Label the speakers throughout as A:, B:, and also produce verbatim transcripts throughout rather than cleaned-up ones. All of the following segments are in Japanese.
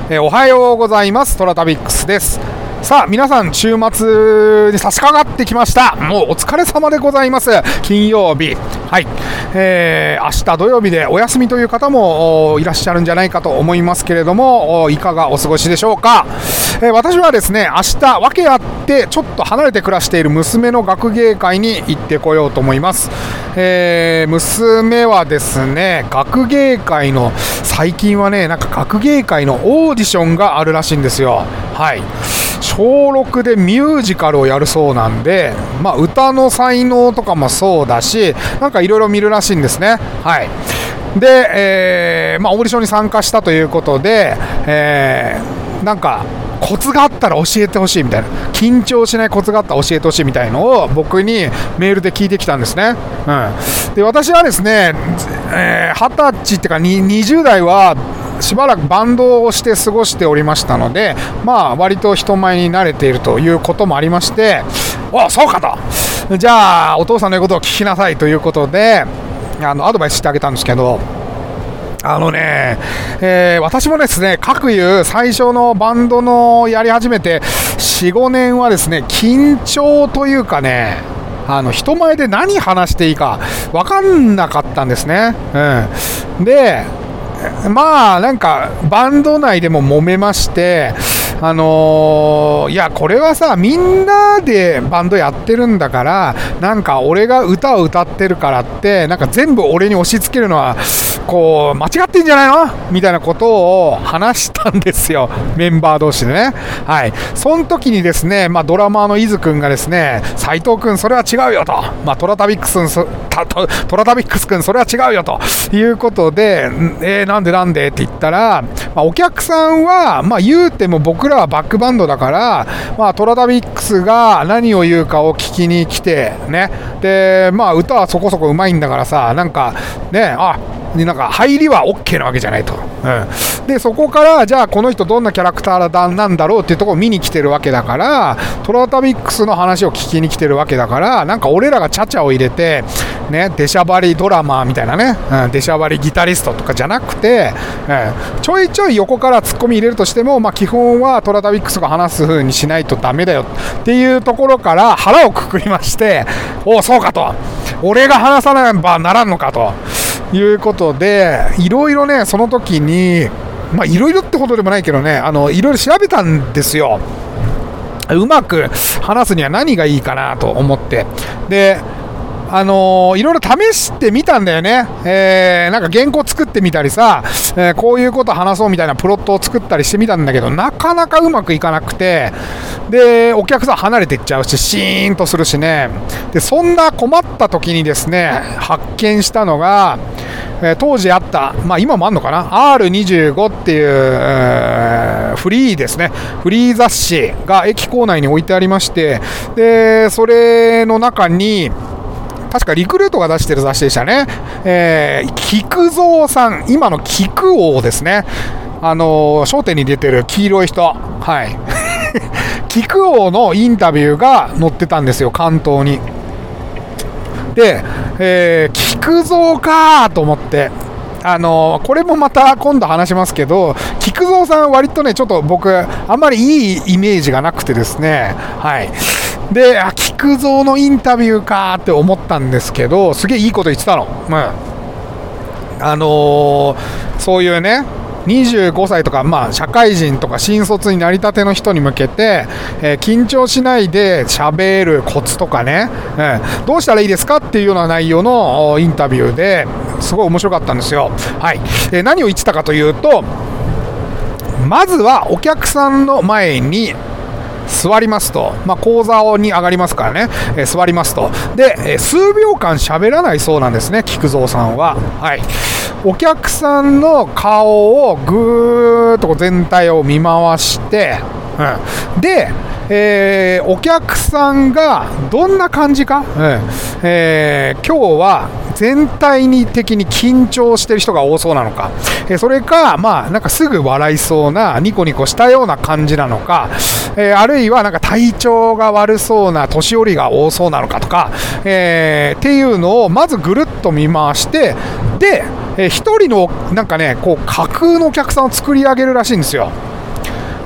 A: えー、おはようございます。トラタビックスです。さあ皆さん、週末に差し掛かってきました。もうお疲れ様でございます。金曜日、はい、えー、明日土曜日でお休みという方もいらっしゃるんじゃないかと思いますけれども、いかがお過ごしでしょうか。えー、私はですね、明日訳あってちょっと離れて暮らしている娘の学芸会に行ってこようと思います。えー、娘はですね、学芸会の最近はね、なんか学芸会のオーディションがあるらしいんですよ。はい、小ろくでミュージカルをやるそうなんで、まあ、歌の才能とかもそうだし、なんかいろいろ見るらしいんですね。はい、で、えーまあ、オーディションに参加したということで、えー、なんかコツがあったら教えてほしいみたいな、緊張しないコツがあったら教えてほしいみたいのを僕にメールで聞いてきたんですね。うん、で私はですね、えー、はたちっていうかにじゅう代はしばらくバンドをして過ごしておりましたので、まあ割と人前に慣れているということもありまして、おそうかと、じゃあお父さんの言うことを聞きなさいということで、あのアドバイスしてあげたんですけど、あのね、えー、私もですね、各有最初のバンドのやり始めてよん、ごねんはですね、緊張というかね、あの人前で何話していいか分かんなかったんですね。うん、でまあなんかバンド内でも揉めまして、あのー、いやこれはさ、みんなでバンドやってるんだから、なんか俺が歌を歌ってるからってなんか全部俺に押し付けるのはこう間違ってんじゃないのみたいなことを話したんですよ、メンバー同士でね。はい、その時にですね、まあ、ドラマーの伊豆くんがですね、斉藤くんそれは違うよと、まあ、トラタビックストラタビックスくんそれは違うよということで、えー、なんでなんでって言ったら、まあ、お客さんは、まあ、言うても僕らはバックバンドだから、まあ、トラタビックスが何を言うかを聞きに来てね、で、まあ、歌はそこそこうまいんだからさ、なんかね、あなんか入りは OK なわけじゃないと、うん、でそこからじゃあこの人どんなキャラクターなんだろうっていうところを見に来てるわけだから、トラタビックスの話を聞きに来てるわけだから、なんか俺らがチャチャを入れてね、出しゃばりドラマーみたいなね、うん、出しゃばりギタリストとかじゃなくて、うん、ちょいちょい横からツッコミ入れるとしても、まあ、基本はトラタビックスが話す風にしないとダメだよっていうところから腹をくくりまして、おおそうかと、俺が話さねばならんのかということで、いろいろね、その時に、まあいろいろってほどでもないけどね、あのいろいろ調べたんですよ。うまく話すには何がいいかなと思って、であのー、いろいろ試してみたんだよね。えー、なんか原稿作ってみたりさ、えー、こういうこと話そうみたいなプロットを作ったりしてみたんだけど、なかなかうまくいかなくて、でお客さん離れていっちゃうし、シーンとするしね。でそんな困った時にですね、発見したのが、えー、当時あった、まあ今もあんのかな、 アールにじゅうご っていう、えー、フリーですね、フリー雑誌が駅構内に置いてありまして、でそれの中に確かリクルートが出してる雑誌でしたね。えー、菊蔵さん、今の菊王ですね。あのー、笑点に出てる黄色い人。はい。菊王のインタビューが載ってたんですよ、関東に。で、えー、菊蔵かーと思って。あのー、これもまた今度話しますけど、菊蔵さん割とね、ちょっと僕、あんまりいいイメージがなくてですね。はい。で、あ、菊蔵のインタビューかーって思ったんですけど、すげえいいこと言ってたの。うん、あのー、そういうね、にじゅうごさいとか、まあ、社会人とか新卒になりたての人に向けて、えー、緊張しないで喋るコツとかね、うん、どうしたらいいですかっていうような内容のインタビューですごい面白かったんですよ。はい。えー、何を言ってたかというと、まずはお客さんの前に座りますと、まあ、講座に上がりますからね、えー、座りますと、で、えー、数秒間喋らないそうなんですね、菊蔵さんは。はい、お客さんの顔をぐーっと全体を見回して、うん、で、えー、お客さんがどんな感じか、うんえー、今日は全体に的に緊張してる人が多そうなのか、えー、それか、まあ、なんかすぐ笑いそうなニコニコしたような感じなのか、えー、あるいはなんか体調が悪そうな年寄りが多そうなのかとか、えー、っていうのをまずぐるっと見回して、で、えー、一人のなんかねこう架空のお客さんを作り上げるらしいんですよ。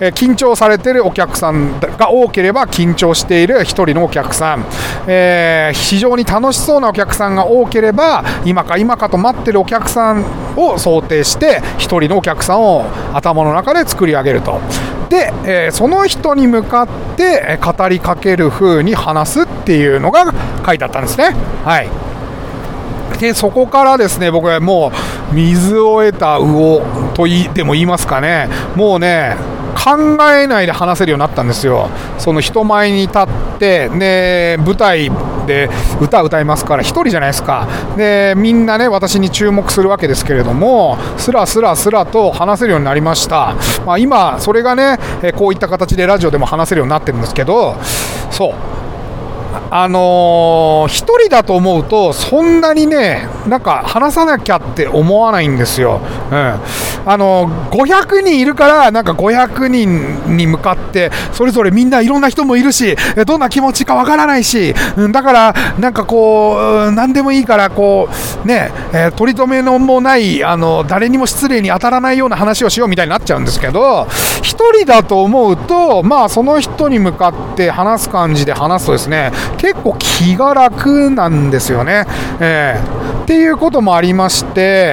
A: えー、緊張されているお客さんが多ければ緊張しているひとりのお客さん、えー、非常に楽しそうなお客さんが多ければ今か今かと待っているお客さんを想定してひとりのお客さんを頭の中で作り上げると。で、えー、その人に向かって語りかける風に話すっていうのが書いてあったんですね。はい。でそこからですね、僕はもう水を得た魚と言っても言いますかね、もうね考えないで話せるようになったんですよ。その人前に立ってね、舞台で歌歌いますから一人じゃないですか。でみんなね私に注目するわけですけれども、スラスラスラと話せるようになりました。まあ、今それがねこういった形でラジオでも話せるようになってるんですけど、そうあのー、一人だと思うとそんなにねなんか話さなきゃって思わないんですよ。うん、あのー、ごひゃくにんいるからなんかごひゃくにんに向かってそれぞれみんないろんな人もいるしどんな気持ちかわからないし、うん、だからなんかこう何でもいいからこうね、えー、取り留めのもないあの誰にも失礼に当たらないような話をしようみたいになっちゃうんですけど、一人だと思うとまあその人に向かって話す感じで話すとですね結構気が楽なんですよね、えー、っていうこともありまして、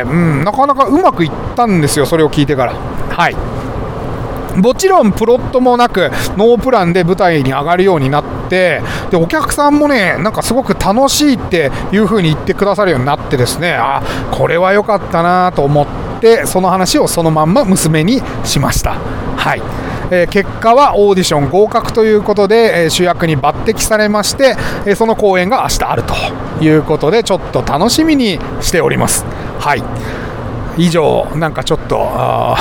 A: うん、なかなかうまくいったんですよ、それを聞いてから。はい、もちろんプロットもなくノープランで舞台に上がるようになって、でお客さんもねなんかすごく楽しいっていう風に言ってくださるようになってですね、あこれは良かったなと思ってその話をそのまんま娘にしました。はい、えー、結果はオーディション合格ということで、えー、主役に抜擢されまして、えー、その公演が明日あるということでちょっと楽しみにしております。はい、以上なんかちょっとあ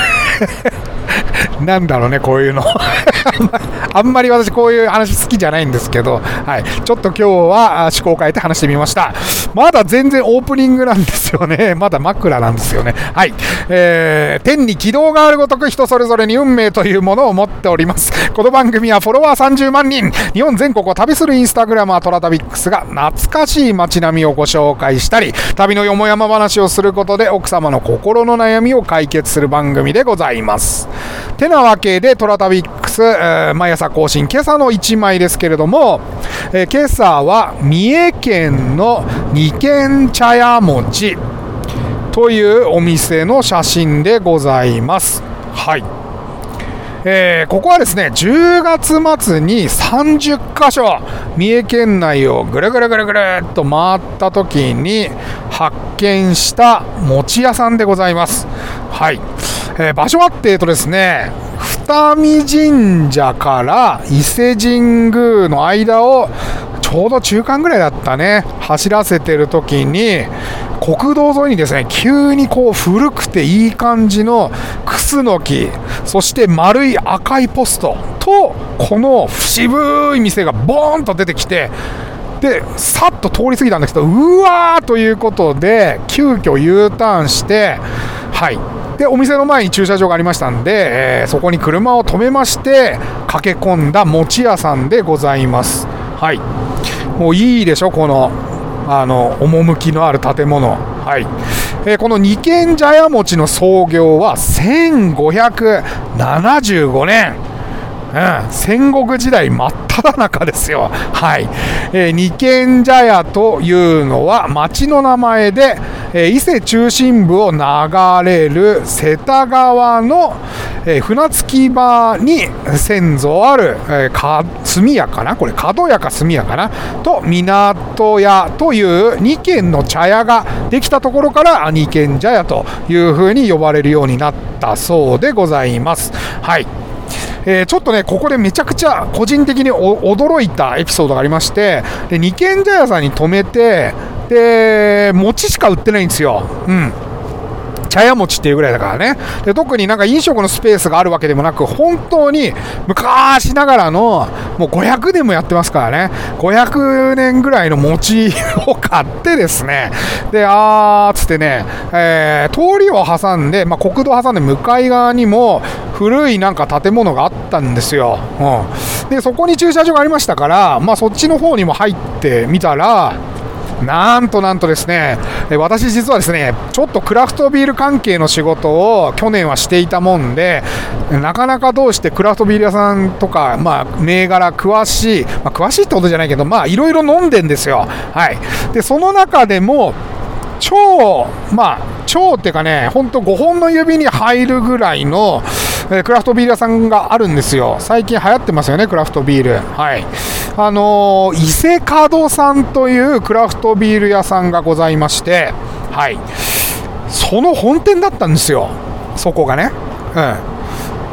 A: なんだろうねこういうのあんまり私こういう話好きじゃないんですけど、はい、ちょっと今日は趣向を変えて話してみました。まだ全然オープニングなんですよね。まだ枕なんですよね。はい、えー、天に軌道があるごとく人それぞれに運命というものを持っております。この番組はフォロワーさんじゅうまんにん、日本全国を旅するインスタグラマートラタビックスが懐かしい街並みをご紹介したり旅のよもやま話をすることで奥様の心の悩みを解決する番組でございます。てなわけでトラタビックス、えー、毎朝更新、今朝のいちまいですけれども、えー、今朝は三重県の二軒茶屋餅というお店の写真でございます。はい、えー、ここはですねじゅうがつ末にさんじゅっかしょ三重県内をぐるぐるぐるぐるっと回った時に発見した餅屋さんでございます。はい、えー、場所はっていうとですね二見神社から伊勢神宮の間をちょうど中間ぐらいだったね走らせてる時に国道沿いにですね急にこう古くていい感じのクスノキ、そして丸い赤いポストとこの渋い店がボーンと出てきて、でさっと通り過ぎたんですけどうわーということで急遽 U ターンして、はいでお店の前に駐車場がありましたんで、えー、そこに車を止めまして駆け込んだ餅屋さんでございます。はい、もういいでしょこのあの趣のある建物。はい、えー、この二軒茶屋餅の創業はせんごひゃくななじゅうごねん、うん、戦国時代真っ只中ですよ。はい、えー、二軒茶屋というのは町の名前で、えー、伊勢中心部を流れる瀬田川の、えー、船着き場に先祖ある、えー、か住屋かなこれ角屋か住屋かなと港屋というに軒の茶屋ができたところから二軒茶屋というふうに呼ばれるようになったそうでございます。はい、えー、ちょっとねここでめちゃくちゃ個人的に驚いたエピソードがありまして、で二軒茶屋さんに止めてで餅しか売ってないんですよ。うん茶屋餅っていうぐらいだからね。で特になんか飲食のスペースがあるわけでもなく本当に昔ながらのもうごひゃくねんもやってますからねごひゃくねんぐらいの餅を買ってですね、であーっつってね、えー、通りを挟んで、まあ、国道を挟んで向かい側にも古いなんか建物があったんですよ。うん、でそこに駐車場がありましたから、まあ、そっちの方にも入ってみたらなんとなんとですね、私実はですね、ちょっとクラフトビール関係の仕事を去年はしていたもんで、なかなかどうしてクラフトビール屋さんとか、まあ、銘柄詳しい、まあ、詳しいってことじゃないけど、まあ、いろいろ飲んでんですよ。はい。で、その中でも、超、まあ、超っていうかね、ほんとごほんの指に入るぐらいの、えー、クラフトビール屋さんがあるんですよ。最近流行ってますよね、クラフトビール。はい。あのー、伊勢門さんというクラフトビール屋さんがございまして、はい。その本店だったんですよ。そこがね。うん。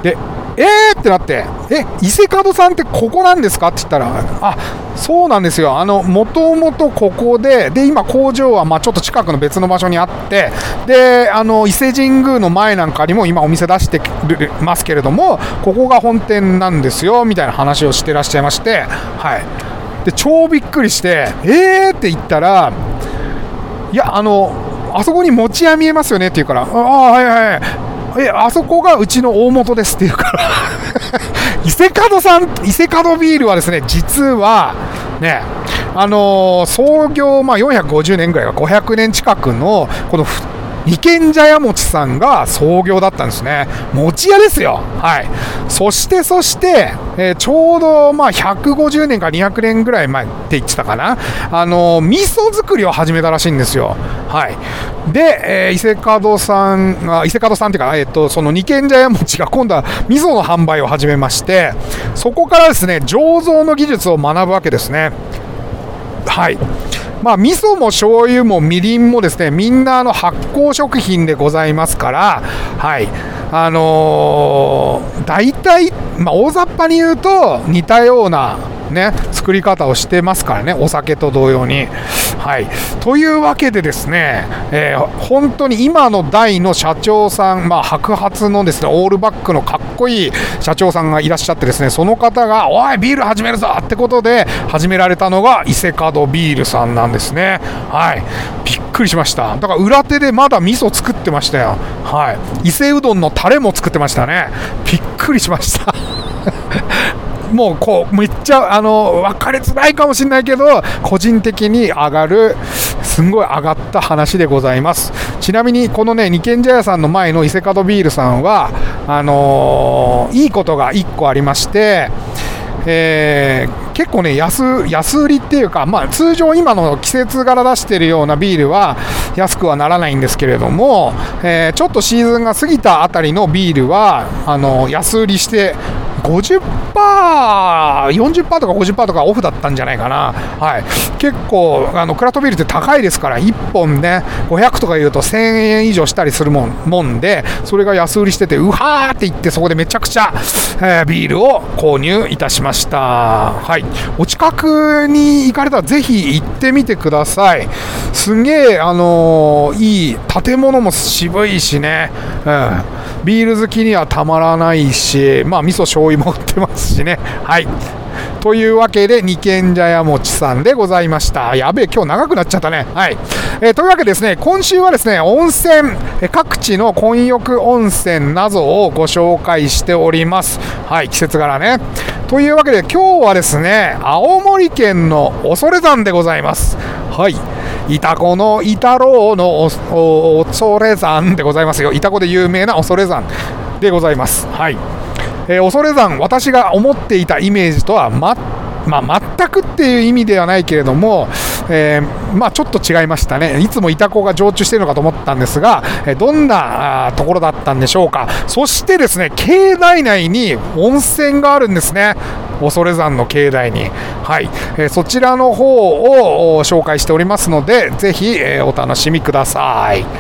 A: で、えーってなって、え、伊勢門さんってここなんですかって言ったら、あ、そうなんですよ。あの、もともとここで、で、今工場はまあちょっと近くの別の場所にあって、で、あの、伊勢神宮の前なんかにも今お店出してますけれども、ここが本店なんですよ、みたいな話をしてらっしゃいまして、はい。で、超びっくりして、えーって言ったら、いや、あの、あそこに餅屋見えますよねって言うから、ああ、はいはい。え、あそこがうちの大元ですって言うから伊勢門さん、伊勢門ビールはですね、実はね、あのー、創業、まあ、よんひゃくごじゅうねんぐらいはごひゃくねん近くのこの二軒茶屋餅さんが創業だったんですね。餅屋ですよ。はい。そしてそして、えー、ちょうどまあひゃくごじゅうねんからにひゃくねんぐらい前って言ってたかな。あのー、味噌作りを始めたらしいんですよ。はい。で、えー、伊勢門さんあ伊勢門さんっていうか、えっとその二軒茶屋餅が今度は味噌の販売を始めまして、そこからですね醸造の技術を学ぶわけですね。はい。まあ、味噌も醤油もみりんもですね、みんなあの発酵食品でございますから、はい。あのー、大体、まあ、大雑把に言うと似たようなね、作り方をしてますからね、お酒と同様に。はい。というわけでですね、えー、本当に今の代の社長さん、まあ、白髪のですね、オールバックのかっこいい社長さんがいらっしゃってですね、その方が、おい、ビール始めるぞってことで始められたのが伊勢門ビールさんなんですね。はい。びっくりしました。だから裏手でまだ味噌作ってましたよ。はい。伊勢うどんのタレも作ってましたね。びっくりしました。もうこうめっちゃあの分かりづらいかもしれないけど、個人的に上がるすんごい上がった話でございます。ちなみにこのね二軒茶屋さんの前の伊勢門ビールさんはあのー、いいことがいっこありまして、えー、結構ね 安, 安売りっていうか、まあ、通常今の季節柄出してるようなビールは安くはならないんですけれども、えー、ちょっとシーズンが過ぎたあたりのビールはあの安売りしてごじゅっパーセント、よんじゅっパーセントとか ごじゅっパーセント とかオフだったんじゃないかな。はい。結構あのクラフトビールって高いですから、いっぽんねごひゃくとか言うとせんえん以上したりするもんもんで、それが安売りしててうはーって言って、そこでめちゃくちゃ、えー、ビールを購入いたしました。はい。お近くに行かれたらぜひ行ってみてください。すんげえあのー、いい建物も渋いしね、うん、ビール好きにはたまらないし、まあ味噌醤油も売ってますしね。はい。というわけで二軒茶屋餅さんでございました。やべえ、今日長くなっちゃったね。はい。えー、というわけでですね、今週はですね、温泉、え各地の混浴温泉などをご紹介しております。はい、季節柄ね。というわけで今日はですね、青森県の恐山でございます。はい。潮来の板郎の恐山でございますよ。潮来で有名な恐山でございます。はい。えー、恐山、私が思っていたイメージとは、ままあ、全くっていう意味ではないけれども、えーまあ、ちょっと違いましたね。いつも潮来が常駐しているのかと思ったんですが、えー、どんなところだったんでしょうか。そしてですね、境内内に温泉があるんですね。恐山の境内に、はいえー、そちらの方を紹介しておりますので、ぜひ、えー、お楽しみください。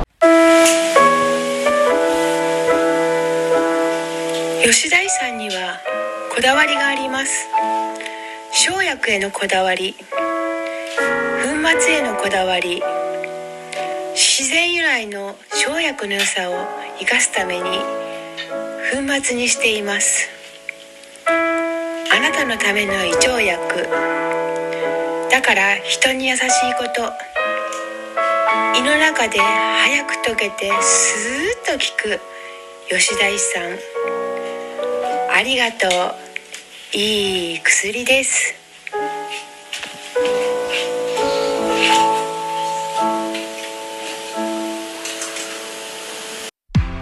B: 吉田さんにはこだわりがあります。生薬へのこだわり、粉末へのこだわり、自然由来の生薬の良さを生かすために粉末にしています。あなたのための胃腸薬だから、人に優しいこと、胃の中で早く溶けてスーッと効く吉田さん、ありがとう。いい薬です。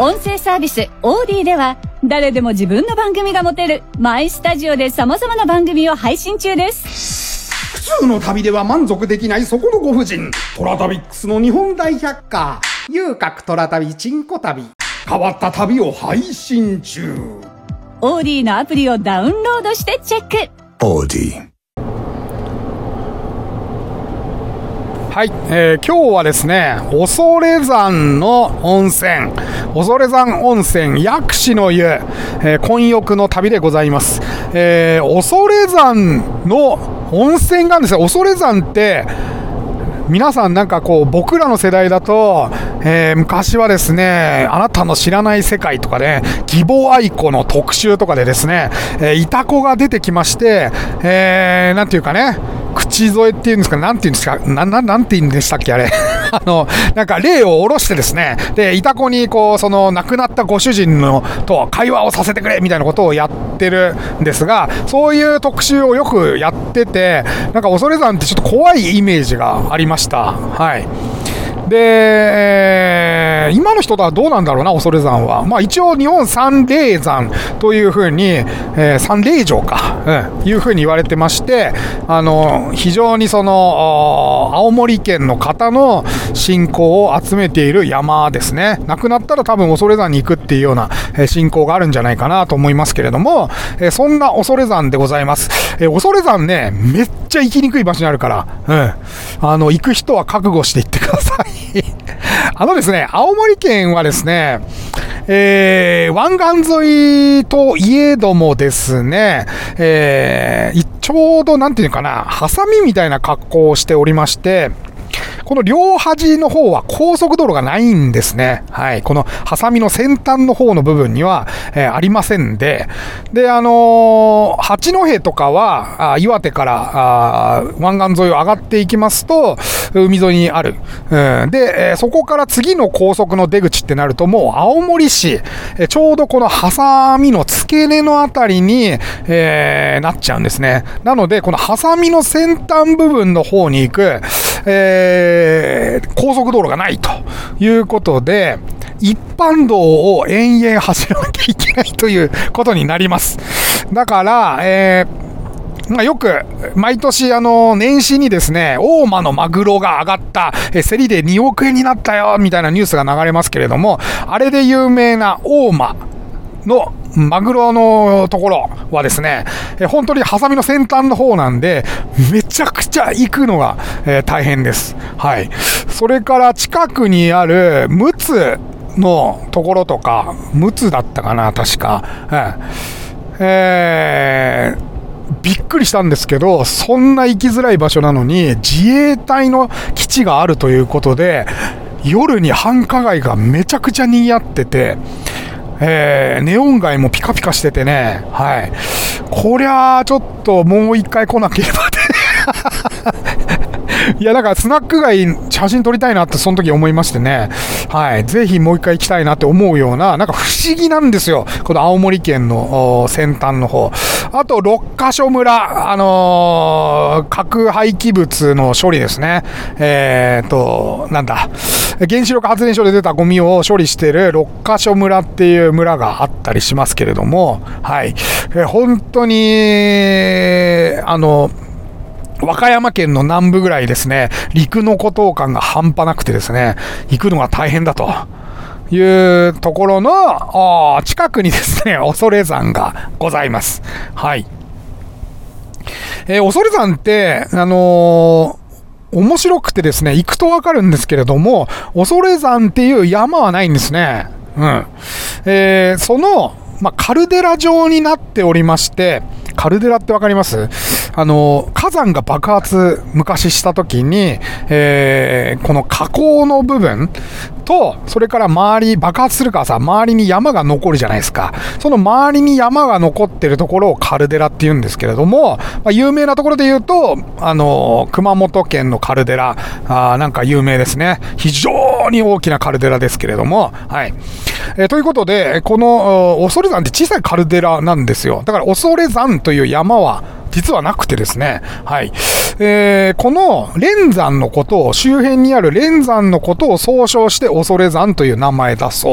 C: 音声サービスオーディでは誰でも自分の番組が持てるマイスタジオで様々な番組を配信中です。
A: 普通の旅では満足できないそこのご婦人、トラタビックスの日本大百科、遊郭トラ旅チンコ旅、変わった旅を配信中。
C: オーディのアプリをダウンロードしてチェック。
A: オーディ。はい、えー、今日はですね、恐山の温泉、恐山温泉薬師の湯、えー、混浴の旅でございます。えー、恐山の温泉があるんですよ。恐山って皆さんなんかこう僕らの世代だと、えー、昔はですね、あなたの知らない世界とかで、ね、義母愛子の特集とかでですね、えー、イタコが出てきまして、えー、なんていうかね、口添えっていうんですか、なんていうんですか、な、な、なんて言うんでしたっけ、あれ。あの、なんか霊を下ろしてですね、で、イタコにこう、その亡くなったご主人のと会話をさせてくれみたいなことをやってるんですが、そういう特集をよくやってて、なんか恐山ってちょっと怖いイメージがありました。はい。で、えー、今の人とはどうなんだろうな、恐山は。まあ一応日本三霊山というふうに、えー、三霊場か、うん、いうふうに言われてまして、あの、非常にその、青森県の方の信仰を集めている山ですね。亡くなったら多分恐山に行くっていうような、えー、信仰があるんじゃないかなと思いますけれども、えー、そんな恐山でございます。えー、恐山ね、めっちゃ行きにくい場所にあるから、うん。あの、行く人は覚悟して行ってください。あのですね、青森県はですね、えー、湾岸沿いといえどもですね、えー、ちょうどなんていうのかな、ハサミみたいな格好をしておりまして、この両端の方は高速道路がないんですね。はい。このハサミの先端の方の部分には、えー、ありませんで。で、あのー、八戸とかは、あ岩手からあ湾岸沿いを上がっていきますと、海沿いにある。うん、で、えー、そこから次の高速の出口ってなると、もう青森市、えー、ちょうどこのハサミの付け根のあたりに、えー、なっちゃうんですね。なので、このハサミの先端部分の方に行く、えー、高速道路がないということで、一般道を延々走らなきゃいけないということになります。だから、えーまあ、よく毎年あの年始にですね、大間のマグロが上がった、え競りでにおくえんになったよみたいなニュースが流れますけれども、あれで有名な大間のマグロのところはですね、え本当にハサミの先端の方なんで、めちゃくちゃ行くのが、えー、大変です。はい。それから近くにある陸奥のところとか、陸奥だったかな、確か。うん、えーびっくりしたんですけど、そんな行きづらい場所なのに自衛隊の基地があるということで、夜に繁華街がめちゃくちゃ賑わってて、えー、ネオン街もピカピカしててね、はい。こりゃあちょっともう一回来なければね。いや、だからスナック街写真撮りたいなってその時思いましてね。はい。ぜひもう一回行きたいなって思うような、なんか不思議なんですよ。この青森県の先端の方。あと、六ヶ所村、あのー、核廃棄物の処理ですね。えーと、なんだ。原子力発電所で出たゴミを処理してる六ヶ所村っていう村があったりしますけれども、はい。えー、本当に、あの、和歌山県の南部ぐらいですね、陸の孤島感が半端なくてですね、行くのが大変だというところの近くにですね、恐山がございます。はい。えー、恐山って、あのー、面白くてですね、行くとわかるんですけれども、恐山っていう山はないんですね。うん。えー、その、まあ、カルデラ状になっておりまして、カルデラってわかります？あの、火山が爆発昔した時に、えー、この火口の部分と、それから周り、爆発するからさ、周りに山が残るじゃないですか。その周りに山が残ってるところをカルデラって言うんですけれども、まあ、有名なところで言うと、あの、熊本県のカルデラ、あなんか有名ですね。非常に大きなカルデラですけれども、はい。えー、ということで、この、恐山って小さいカルデラなんですよ。だから恐山という山は実はなくてですね、はい。えー、この連山のことを、周辺にある連山のことを総称して恐山という名前だそう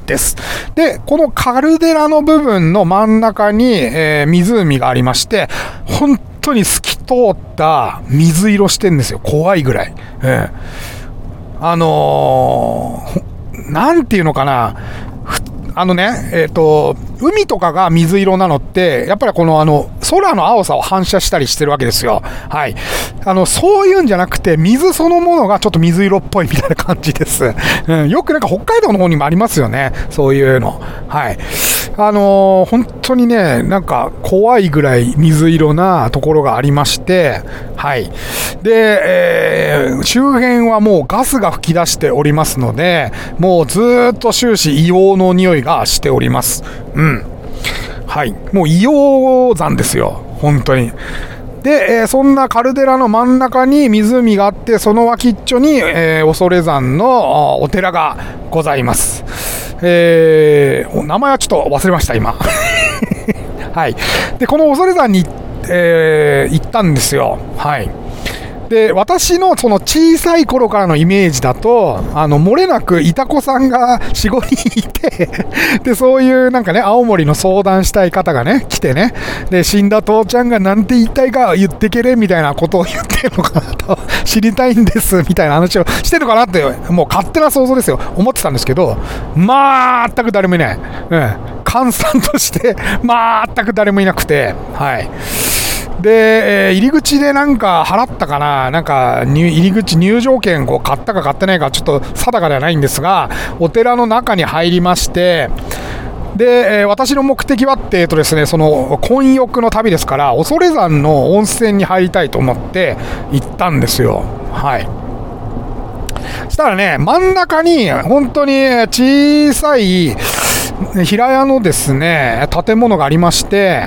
A: です。で、このカルデラの部分の真ん中に、えー、湖がありまして、本当に透き通った水色してんですよ。怖いぐらい。えー、あのー、なんていうのかな。あのね、えっと、海とかが水色なのって、やっぱりこのあの、空の青さを反射したりしてるわけですよ。はい。あの、そういうんじゃなくて、水そのものがちょっと水色っぽいみたいな感じです。うん、よくなんか北海道の方にもありますよね。そういうの。はい。あのー、本当にね、なんか怖いぐらい水色なところがありまして、はい。で、えー、周辺はもうガスが噴き出しておりますので、もうずーっと終始硫黄の匂いがしております。うん。はい。もう硫黄山ですよ。本当に。で、えー、そんなカルデラの真ん中に湖があって、その脇っちょに、えー、恐山のお寺がございます。えー、名前はちょっと忘れました、今。はい。で、この恐山に、えー、行ったんですよ。はい。で、私のその小さい頃からのイメージだと、あの、漏れなくいた子さんがよん、ごにんいて、で、そういうなんかね、青森の相談したい方がね、来てね、で、死んだ父ちゃんがなんて言いたいか言ってけれ、みたいなことを言ってるのかなと、知りたいんです、みたいな話をしてるのかなって、もう勝手な想像ですよ、思ってたんですけど、まあ、全く誰もいない。うん。閑散として、まあ、全く誰もいなくて、はい。で、えー、入り口でなんか払ったかな、なんか入り口入場券を買ったか買ってないかちょっと定かではないんですが、お寺の中に入りまして、で、えー、私の目的はってえっとですね、その混浴の旅ですから、恐山の温泉に入りたいと思って行ったんですよ。はい。そしたらね、真ん中に本当に小さい平屋のですね、建物がありまして、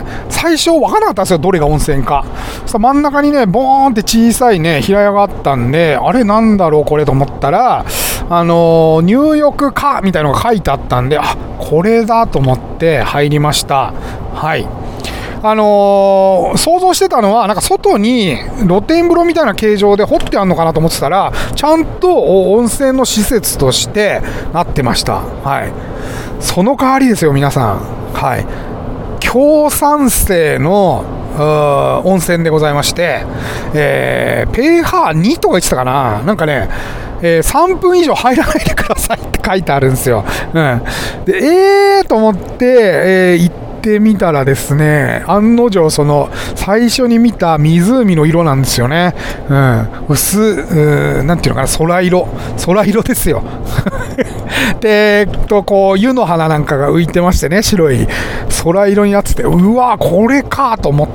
A: 最初分からなかったんですよ、どれが温泉か。そしたら真ん中にね、ボーンって小さいね、平屋があったんで、あれなんだろうこれと思ったら、あのー、入浴かみたいなのが書いてあったんで、あ、これだと思って入りました。はい。あのー、想像してたのは、なんか外に露天風呂みたいな形状で掘ってあるのかなと思ってたら、ちゃんと温泉の施設としてなってました。はい。その代わりですよ、皆さん。はい。強酸性の温泉でございまして、えー、ペーハーにとか言ってたかな、なんかね、えー、さんぷん以上入らないでくださいって書いてあるんですよ。うん。で、えーと思って、えー、行ってみたらですね、案の定その最初に見た湖の色なんですよね。うん。薄、うなんていうのかな、空色。空色ですよ。で、えっと、こう、湯の花なんかが浮いてましてね、白い空色になってて、うわ、これかと思って、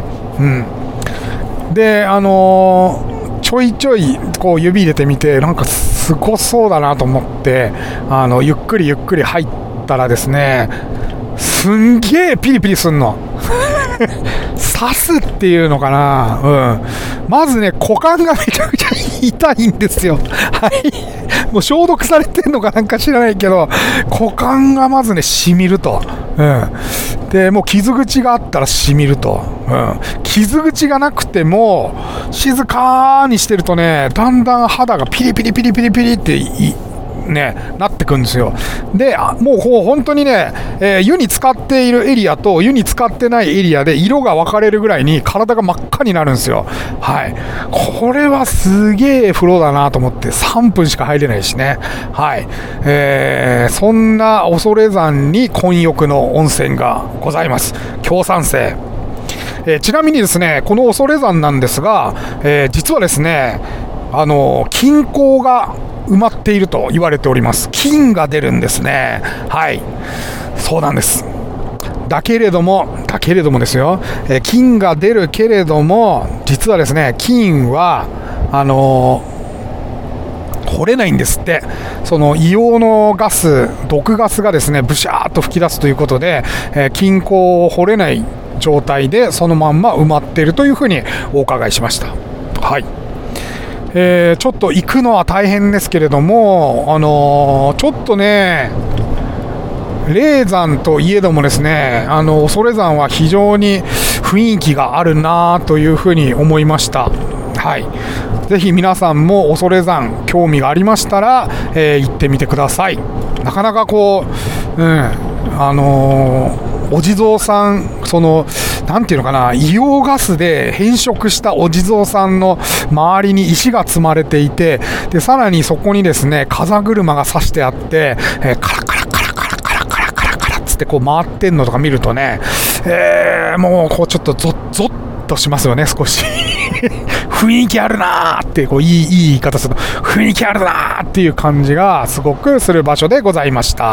A: うん。で、あのー、ちょいちょい、こう、指入れてみて、なんかすごそうだなと思って、あの、ゆっくりゆっくり入ったらですね、すんげえピリピリすんの。刺すっていうのかな、うん。まずね、股間がめちゃくちゃ痛いんですよ。はい。もう消毒されてんのかなんか知らないけど、股間がまずね、染みると。うん。で、もう傷口があったら染みると。うん。傷口がなくても、静かにしてるとね、だんだん肌がピリピリピリピリピリってい、ね、なってくんですよ。で、もう本当にね、えー、湯に浸かっているエリアと湯に浸かってないエリアで色が分かれるぐらいに体が真っ赤になるんですよ。はい。これはすげえ風呂だなと思ってさんぷんしか入れないしね。はい。えー、そんな恐山に混浴の温泉がございます。強酸性。えー、ちなみにですね、この恐山なんですが、えー、実はですね、あの金鉱が埋まっていると言われております。金が出るんですね。はい。そうなんです。だけれども、だけれどもですよ、えー、金が出るけれども、実はですね、金は、あのー、掘れないんですって。その硫黄のガス、毒ガスがですね、ブシャーっと吹き出すということで、えー、金鉱を掘れない状態で、そのまんま埋まっているというふうにお伺いしました。はい。えー、ちょっと行くのは大変ですけれども、あのー、ちょっとね、霊山といえどもですね、あの恐山は非常に雰囲気があるなというふうに思いました。はい。ぜひ皆さんも恐山興味がありましたら、えー、行ってみてください。なかなかこううん、あのー、お地蔵さん、そのなんていうのかな、硫黄ガスで変色したお地蔵さんの周りに石が積まれていて、でさらにそこにですね風車が刺してあって、えー、カラカラカラカラカラカラカラカラっつってこう回ってんのとか見るとね、えー、もうこうちょっとゾッゾッとしますよね、少し雰囲気あるなーってこういい、いい言い方すると雰囲気あるなーっていう感じがすごくする場所でございました。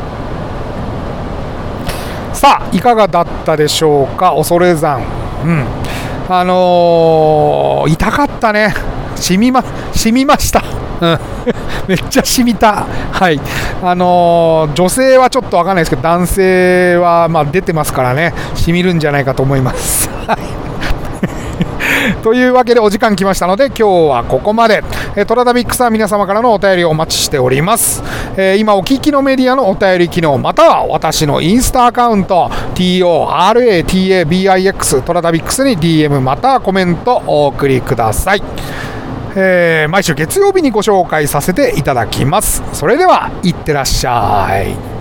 A: さあいかがだったでしょうか。恐山、うん、あのー、痛かったね。染みま染みました、うん、めっちゃ染みた。はい、あのー、女性はちょっとわかんないですけど、男性はまあ出てますからね、染みるんじゃないかと思いますというわけでお時間来ましたので、今日はここまで。えー、トラタビックスは皆様からのお便りをお待ちしております。えー、今お聞きのメディアのお便り機能、または私のインスタアカウント トラタビックス トラタビックスに ディーエム またはコメントお送りください。えー、毎週月曜日にご紹介させていただきます。それではいってらっしゃい。